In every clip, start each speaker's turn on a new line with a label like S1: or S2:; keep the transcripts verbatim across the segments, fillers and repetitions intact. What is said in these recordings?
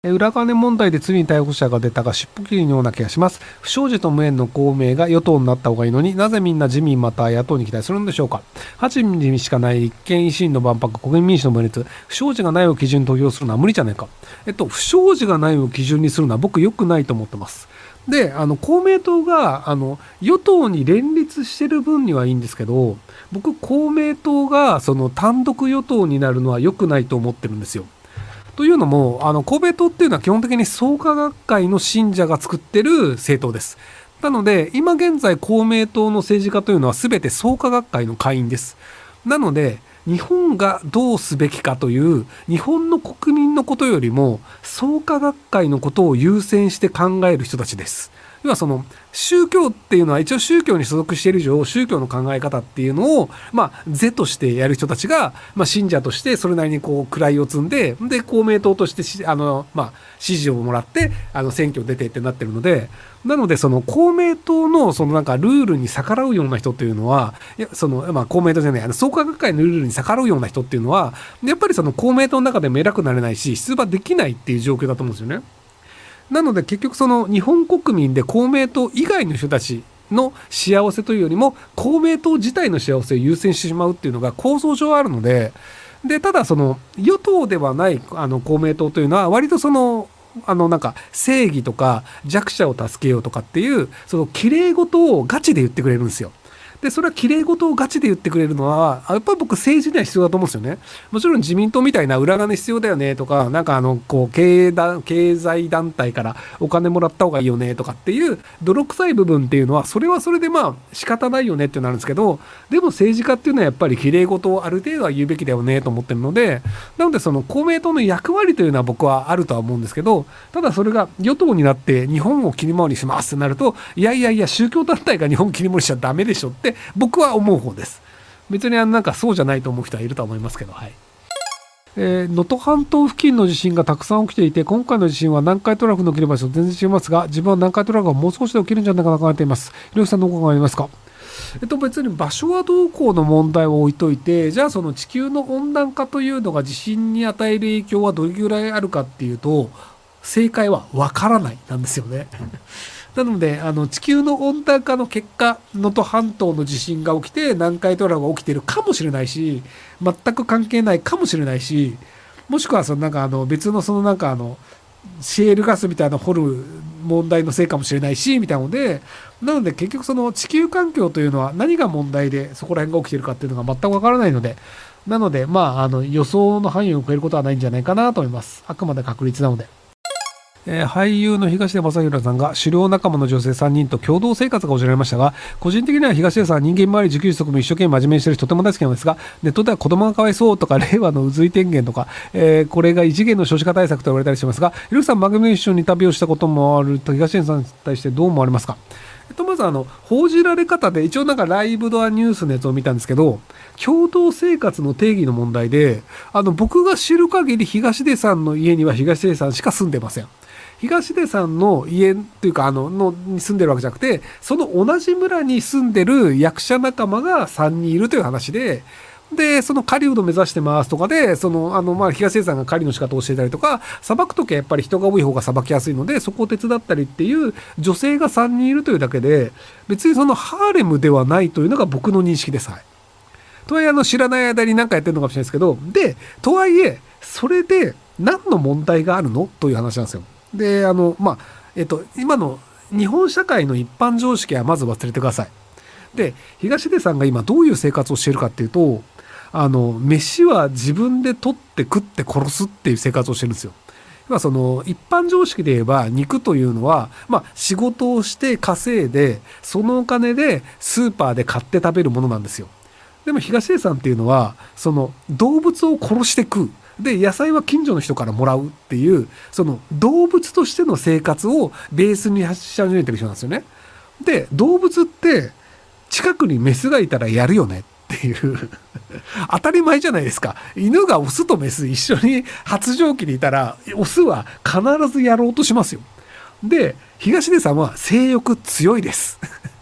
S1: 裏金問題でついに逮捕者が出たが尻尾切りのような気がします。不祥事と無縁の公明が与党になった方がいいのになぜみんな自民また野党に期待するんでしょうか。はちにんしかない立憲維新の万博国民民主の分裂、不祥事がないを基準に投票するのは無理じゃないか。えっと不祥事がないを基準にするのは僕良くないと思ってます。で、あの公明党があの与党に連立してる分にはいいんですけど、僕公明党がその単独与党になるのは良くないと思ってるんですよ。というのも、あの公明党っていうのは基本的に創価学会の信者が作ってる政党です。なので今現在公明党の政治家というのは全て創価学会の会員です。なので日本がどうすべきかという日本の国民のことよりも創価学会のことを優先して考える人たちです。要はその宗教っていうのは一応宗教に所属している以上宗教の考え方っていうのをまあ是としてやる人たちがまあ信者としてそれなりにこう位を積んでで公明党としてあのまあ支持をもらってあの選挙出てってなってるので、なのでその公明党のそのなんかルールに逆らうような人っていうのはいやそのまあ公明党じゃないあの創価学会のルールに逆らうような人っていうのはやっぱりその公明党の中でも偉くなれないし出馬できないっていう状況だと思うんですよね。なので結局その日本国民で公明党以外の人たちの幸せというよりも公明党自体の幸せを優先してしまうっていうのが構造上あるので、でただその与党ではないあの公明党というのは割とそのあのなんか正義とか弱者を助けようとかっていうその綺麗事をガチで言ってくれるんですよ。でそれは綺麗事をガチで言ってくれるのはやっぱり僕政治には必要だと思うんですよね。もちろん自民党みたいな裏金必要だよねとかなんかあのこう経営だ経済団体からお金もらった方がいいよねとかっていう泥臭い部分っていうのはそれはそれでまあ仕方ないよねってなるんですけど、でも政治家っていうのはやっぱり綺麗事をある程度は言うべきだよねと思ってるので、なのでその公明党の役割というのは僕はあるとは思うんですけど、ただそれが与党になって日本を切り盛りしますってなるといやいやいや宗教団体が日本を切り盛りしちゃダメでしょって僕は思う方です。別になんかそうじゃないと思う人はいるとは思いますけど、はい。えー、能登半島付近の地震がたくさん起きていて、今回の地震は南海トラフの起きる場所と全然違いますが、自分は南海トラフがもう少しで起きるんじゃないかなと考えています。ひろゆきさんのお考えありますか？えっと別に場所はどうこうの問題を置いといて、じゃあその地球の温暖化というのが地震に与える影響はどれぐらいあるかっていうと、正解はわからないなんですよね。なのであの地球の温暖化の結果能登半島の地震が起きて南海トラフが起きているかもしれないし全く関係ないかもしれないし、もしくはそのなんかあの別のそのなんかあのシェールガスみたいな掘る問題のせいかもしれないしみたいなので、なので結局その地球環境というのは何が問題でそこら辺が起きているかっていうのが全くわからないので、なのでまああの予想の範囲を超えることはないんじゃないかなと思います。あくまで確率なので。えー、俳優の東出昌大さんが狩猟仲間の女性さんにんと共同生活が報じられましたが、個人的には東出さんは人間周り自給自足も一生懸命真面目にしてる人とても大好きなんですが、ネットでは子供がかわいそうとか令和のうずい天元とか、えー、これが異次元の少子化対策と言われたりしますが、ひろゆきさん番組一緒に旅をしたこともある東出さんに対してどう思われますか？えっと、まずあの報じられ方で一応なんかライブドアニュースのやつを見たんですけど、共同生活の定義の問題で、あの僕が知る限り東出さんの家には東出さんしか住んでません。東出さんの家っていうかあののに住んでるわけじゃなくて、その同じ村に住んでる役者仲間がさんにんいるという話で、でその狩人目指してますとかで、そのあのまあ東出さんが狩りの仕方を教えたりとか、さばくときはやっぱり人が多い方がさばきやすいのでそこを手伝ったりっていう女性がさんにんいるというだけで、別にそのハーレムではないというのが僕の認識です。はい。とはいえあの知らない間に何かやってるのかもしれないですけど、でとはいえそれで何の問題があるのという話なんですよ。であのまあえっと今の日本社会の一般常識はまず忘れてください。で東出さんが今どういう生活をしているかっていうと、あの飯は自分で取って食って殺すっていう生活をしてるんですよ。今その一般常識で言えば肉というのは、まあ、仕事をして稼いでそのお金でスーパーで買って食べるものなんですよ。でも東出さんっていうのはその動物を殺して食うで野菜は近所の人からもらうっていうその動物としての生活をベースにし始めてる人なんですよね。で動物って近くにメスがいたらやるよねっていう当たり前じゃないですか。犬がオスとメス一緒に発情期にいたらオスは必ずやろうとしますよ。で東出さんは性欲強いです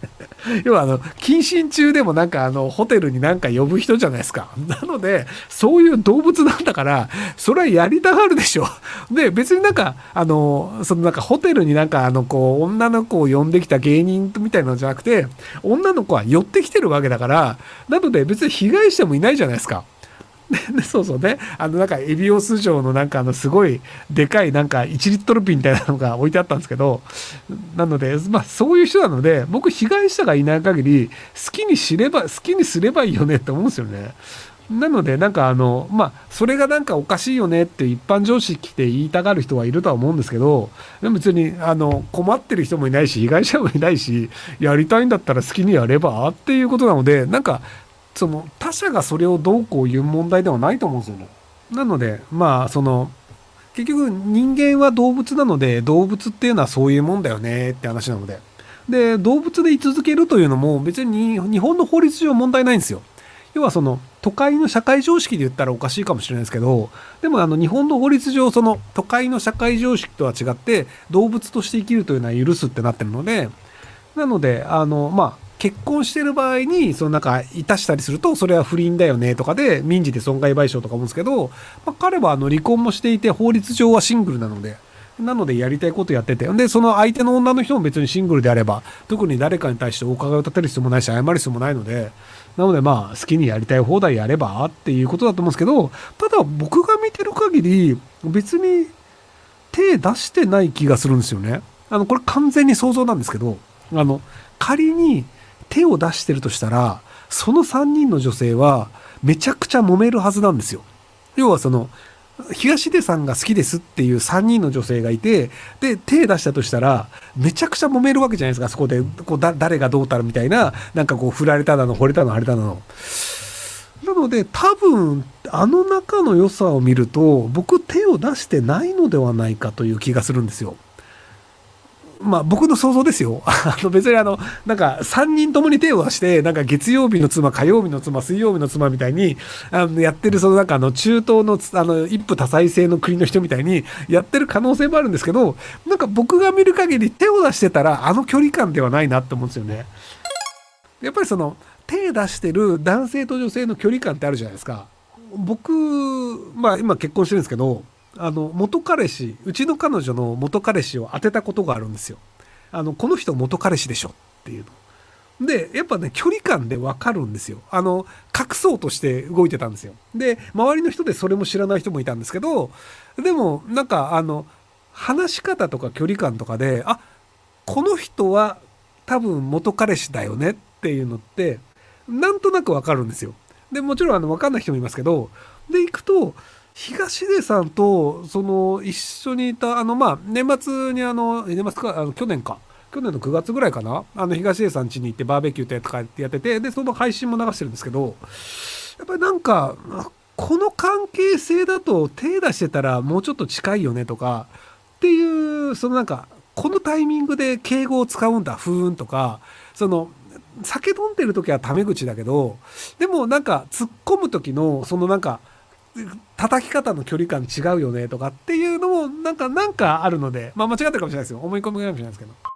S1: 要はあの、謹慎中でもなんかあの、ホテルになんか呼ぶ人じゃないですか。なので、そういう動物なんだから、それはやりたがるでしょ。で、別になんか、あの、そのなんかホテルになんかあの、こう、女の子を呼んできた芸人みたいなのじゃなくて、女の子は寄ってきてるわけだから、なので別に被害者もいないじゃないですか。でそうそうね。あの、なんか、エビオス城のなんか、あの、すごい、でかい、なんか、いちリットル瓶みたいなのが置いてあったんですけど、なので、まあ、そういう人なので、僕、被害者がいない限り、好きに知れば、好きにすればいいよねって思うんですよね。なので、なんか、あの、まあ、それがなんかおかしいよねって一般常識で言いたがる人はいるとは思うんですけど、でも別に、あの、困ってる人もいないし、被害者もいないし、やりたいんだったら好きにやればっていうことなので、なんか、その他者がそれをどうこう言う問題ではないと思うんですよね。なので、まあ、その、結局人間は動物なので、動物っていうのはそういうもんだよねって話なので。で、動物で居続けるというのも別に日本の法律上問題ないんですよ。要はその都会の社会常識で言ったらおかしいかもしれないですけど、でもあの日本の法律上その都会の社会常識とは違って動物として生きるというのは許すってなってるので、なので、あの、まあ、結婚してる場合に、そのなんか、いたしたりすると、それは不倫だよねとかで、民事で損害賠償とか思うんですけど、まあ、彼はあの離婚もしていて、法律上はシングルなので、なのでやりたいことやってて、で、その相手の女の人も別にシングルであれば、特に誰かに対してお伺いを立てる必要もないし、謝る必要もないので、なのでまあ、好きにやりたい放題やればっていうことだと思うんですけど、ただ僕が見てる限り、別に手出してない気がするんですよね。あの、これ完全に想像なんですけど、あの、仮に手を出してるとしたら、そのさんにんの女性はめちゃくちゃ揉めるはずなんですよ。要はその、東出さんが好きですっていうさんにんの女性がいて、で、手出したとしたら、めちゃくちゃ揉めるわけじゃないですか、そこで、こうだ誰がどうたるみたいな、なんかこう、振られただの、惚れたの、腫れたの。なので、多分、あの仲の良さを見ると、僕手を出してないのではないかという気がするんですよ。まあ僕の想像ですよ。あの別にあの、なんかさんにんともに手を出して、なんか月曜日の妻、火曜日の妻、水曜日の妻みたいに、あのやってるそのなんかあの中東のあの一夫多妻制の国の人みたいにやってる可能性もあるんですけど、なんか僕が見る限り手を出してたらあの距離感ではないなって思うんですよね。やっぱりその手出してる男性と女性の距離感ってあるじゃないですか。僕、まあ今結婚してるんですけど、あの元彼氏、うちの彼女の元彼氏を当てたことがあるんですよ。あのこの人元彼氏でしょっていうので、やっぱね距離感でわかるんですよ。あの隠そうとして動いてたんですよ。で周りの人でそれも知らない人もいたんですけど、でもなんかあの話し方とか距離感とかで、あ、この人は多分元彼氏だよねっていうのってなんとなくわかるんですよ。でもちろんあの分かんない人もいますけど、で行くと東出さんとその一緒にいたあのまあ年末にあの年末かあの去年か去年のくがつぐらいかな、あの東出さん家に行ってバーベキューとかやってて、でその配信も流してるんですけど、やっぱりなんかこの関係性だと手出してたらもうちょっと近いよねとかっていう、そのなんかこのタイミングで敬語を使うんだふーんとか、その酒飲んでる時はタメ口だけど、でもなんか突っ込む時のそのなんか叩き方の距離感違うよねとかっていうのもなんかなんかあるので、まあ間違ってるかもしれないですよ。思い込みかもしれないですけど。